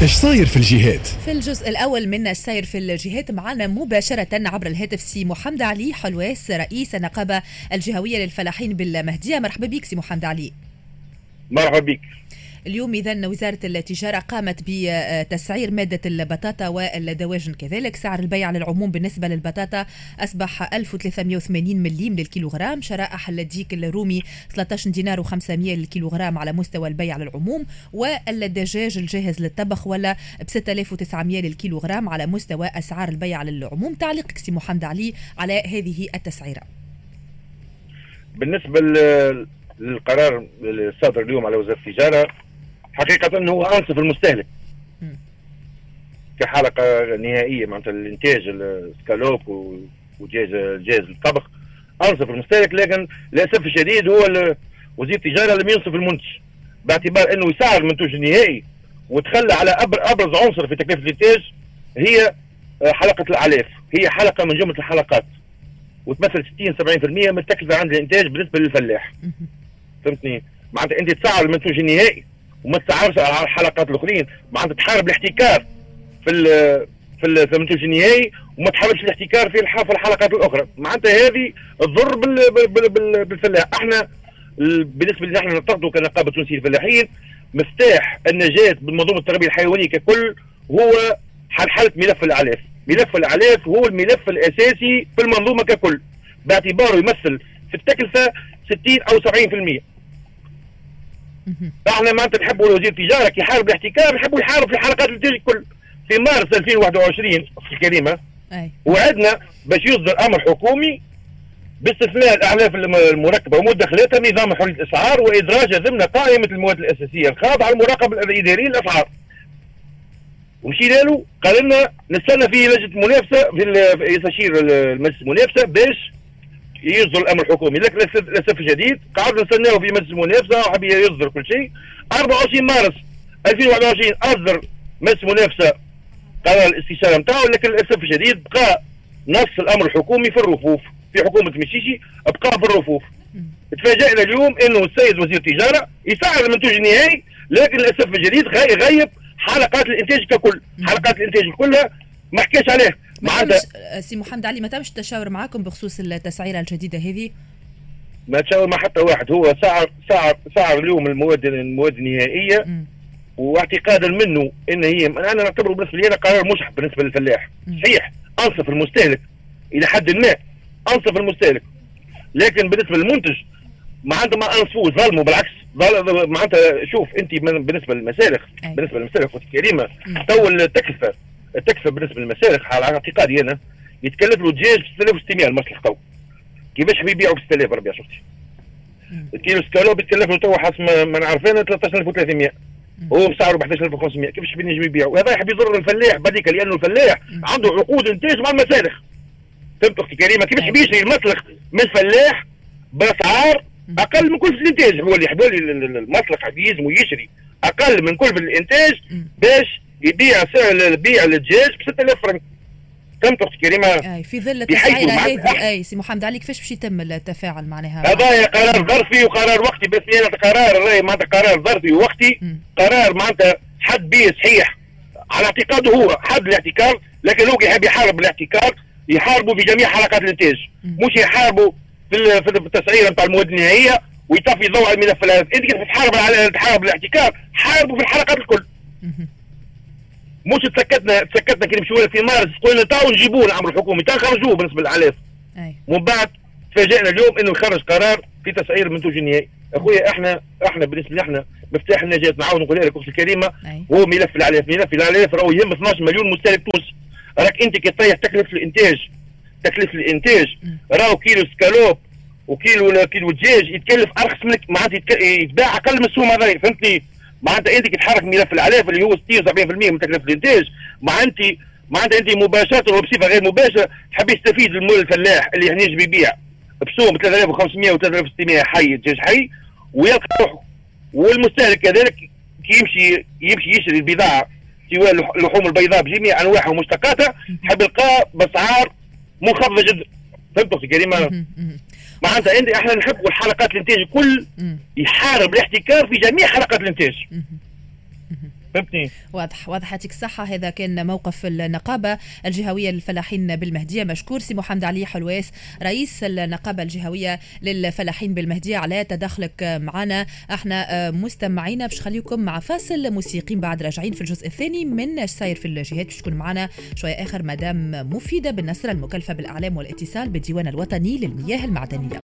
ايش صاير في الجهات؟ في الجزء الأول من ايش صاير في الجهات معنا مباشرة عبر الهاتف سي محمد علي حلواس رئيس النقابة الجهوية للفلاحين بالمهدية. مرحبا بك سي محمد علي. مرحبا بك. اليوم إذن وزارة التجارة قامت بتسعير مادة البطاطا والدواجن كذلك. سعر البيع للعموم بالنسبة للبطاطا أصبح 1380 مليم للكيلوغرام، شرائح الديك الرومي 13 دينار و500 للكيلوغرام على مستوى البيع للعموم، والدجاج الجاهز للطبخ ولا ب 6900 للكيلوغرام على مستوى أسعار البيع للعموم. تعليقك سي محمد علي على هذه التسعيرة؟ بالنسبة للقرار الصادر اليوم على وزارة التجارة، حقيقة أنه هو أنصف المستهلك كحلقة نهائية. معناتها الإنتاج السكالوب وجاهز للطبخ أنصف المستهلك، لكن للأسف الشديد هو وزير التجارة لم ينصف المنتج، باعتبار أنه يسعر المنتوج النهائي وتخلى على أبرز عنصر في تكلفة الإنتاج هي حلقة الأعلاف. هي حلقة من جملة الحلقات وتمثل 60-70% من التكلفة عند الإنتاج بالنسبة للفلاح. فهمتني؟ معناتها أنت تسعر المنتوج النهائي وما تسعرش على الحلقات الاخرين، معناتها تحارب الاحتكار في المنتوج النهائي وما تحاربش الاحتكار في الحلقات الاخرى. معناتها هذه تضر بالفلاح. احنا بالنسبه لنا احنا نعتقدوا كنقابه تونسيه الفلاحين مفتاح النجاه بالمنظومه التربيه الحيوانيه ككل هو حلحله ملف الاعلاف. ملف الاعلاف هو الملف الاساسي في المنظومه ككل، باعتباره يمثل في التكلفه 60 او 70%. احنا ما نحبوا وزير التجاره كي يحارب الاحتكار، نحبوا يحارب في حلقات الانتاج الكل. في مارس 2021 اختي الكريمه وعدنا باش يصدر امر حكومي باستثناء الاعلاف المركبه ومدخلاتها نظام حريه الاسعار وادراجها ضمن قائمه المواد الاساسيه الخاضعه للمراقبه الاداريه للاسعار. ومشينا له قال لنا نستنى في لجنه المنافسه في تشير المجلس المنافسه باش يصدر الامر الحكومي، لكن للاسف الشديد قعدنا نستناو في مجلس المنافسه وحب يصدر كل شيء. 24 مارس 2021 اصدر مجلس المنافسه قرار الاستشاره نتاعو، لكن للاسف الشديد بقى نص الامر الحكومي في الرفوف في حكومه مشيشي، بقى في الرفوف. تفاجئنا اليوم انه السيد وزير التجاره يسعر المنتوج النهائي، لكن للاسف الشديد غيب حلقات الانتاج ككل. حلقات الانتاج كلها ما حكاش عليه. سي محمد علي، ما تمش التشاور معكم بخصوص التسعيره الجديده هذه؟ ما تشاور مع حتى واحد. هو سعر اليوم المواد النهائيه واعتقادا منه ان هي انا نعتبره بالنسبه لي انا قرار مشحف بالنسبه للفلاح. صحيح انصف المستهلك الى حد ما، انصف المستهلك، لكن بالنسبه للمنتج ما انصفوه، ظلموا بالعكس. معناتها شوف انت بالنسبه للمسالخ اختي الكريمه تو التكلفه بالنسبه للمسالخ على اعتقادي انا يتكلف له دجاج ب 6600 المسلخ تو. كيفاش يبيعوا ب 6000 ربي يا شفتي؟ الكيلو سكالوب يتكلف له تو حسب ما نعرفين 13300 هو بسعره ب 11500. كيفاش بينجم يبيعوا؟ هذا يحب يضر الفلاح بديك، لانه الفلاح عنده عقود انتاج مع المسالخ. فهمت اختي كريمه؟ كيفاش بيشري المسلخ من الفلاح باسعار اقل من كلفه الانتاج؟ هو اللي يحب المسلخ يلزموا يشري اقل من كلفه الانتاج باش يبيع سعر بيع الدجاج ب 6000 فرنك. فهمت اختي كريمه؟ في ظل التسعيره هذه سي محمد علي كيفاش باش يتم التفاعل معناها؟ هذا قرار ظرفي وقرار وقتي، بس انا قرار معناتها قرار ظرفي ووقتي. قرار معناتها حد به صحيح على اعتقاده هو حد الاحتكار، لكن هو يحب يحارب الاحتكار يحاربوا في جميع حلقات الانتاج، مش يحاربوا في التسعيره نتاع المواد النهائيه ويطفي ضوء على الملف هذا. انت كيف تحارب الاحتكار؟ حاربوا في الحلقات الكل. مش تسكتنا كي نمشيو في مارس قلنا تاو نجيبوه الامر الحكومي تا نخرجوه بالنسبه للاعلاف. ومن بعد تفاجئنا اليوم انه يخرج قرار في تسعير المنتوج النهائي. اخويا احنا بالنسبه لنا مفتاح النجاه، نعاود نقول لك اختي الكريمه، هو ملف الاعلاف. ملف الاعلاف راهو يهم 12 مليون مستهلك تونسي. راك انت كي تطيح تكلفه الانتاج راهو كيلو سكالوب وكيلو دجاج يتكلف ارخص منك، معناتها يتباع اقل من السوم هذا. فهمتني؟ معناتها انت كي تحرك ملف الاعلاف اللي هو 60-70% من تكلفه الانتاج، معناتها انت مباشره وبصفه غير مباشره تحب يستفيد الفلاح اللي ينجم يبيع بسوم 3500 و 3600 حي دجاج حي ويلقى روحه، والمستهلك كذلك كي يمشي يشتري البضاعه سواء اللحوم البيضاء بجميع انواعها ومشتقاتها حب يلقاه باسعار منخفضه جدا. فهمت اختي كريمه؟ معناتها احنا نحبوا الحلقات الانتاج الكل يحارب الاحتكار في جميع حلقات الانتاج. فهمتني؟ واضح يعطيك الصحة. هذا كان موقف النقابة الجهوية للفلاحين بالمهدية. مشكور سي محمد علي حلواس رئيس النقابة الجهوية للفلاحين بالمهدية على تدخلك معنا. احنا مستمعينا باش خليكم مع فاصل موسيقي، بعد راجعين في الجزء الثاني من ايش صاير في الجهات. باش تكون معنا شوية آخر مدام مفيدة بالنصر المكلفة بالإعلام والاتصال بالديوان الوطني للمياه المعدنية.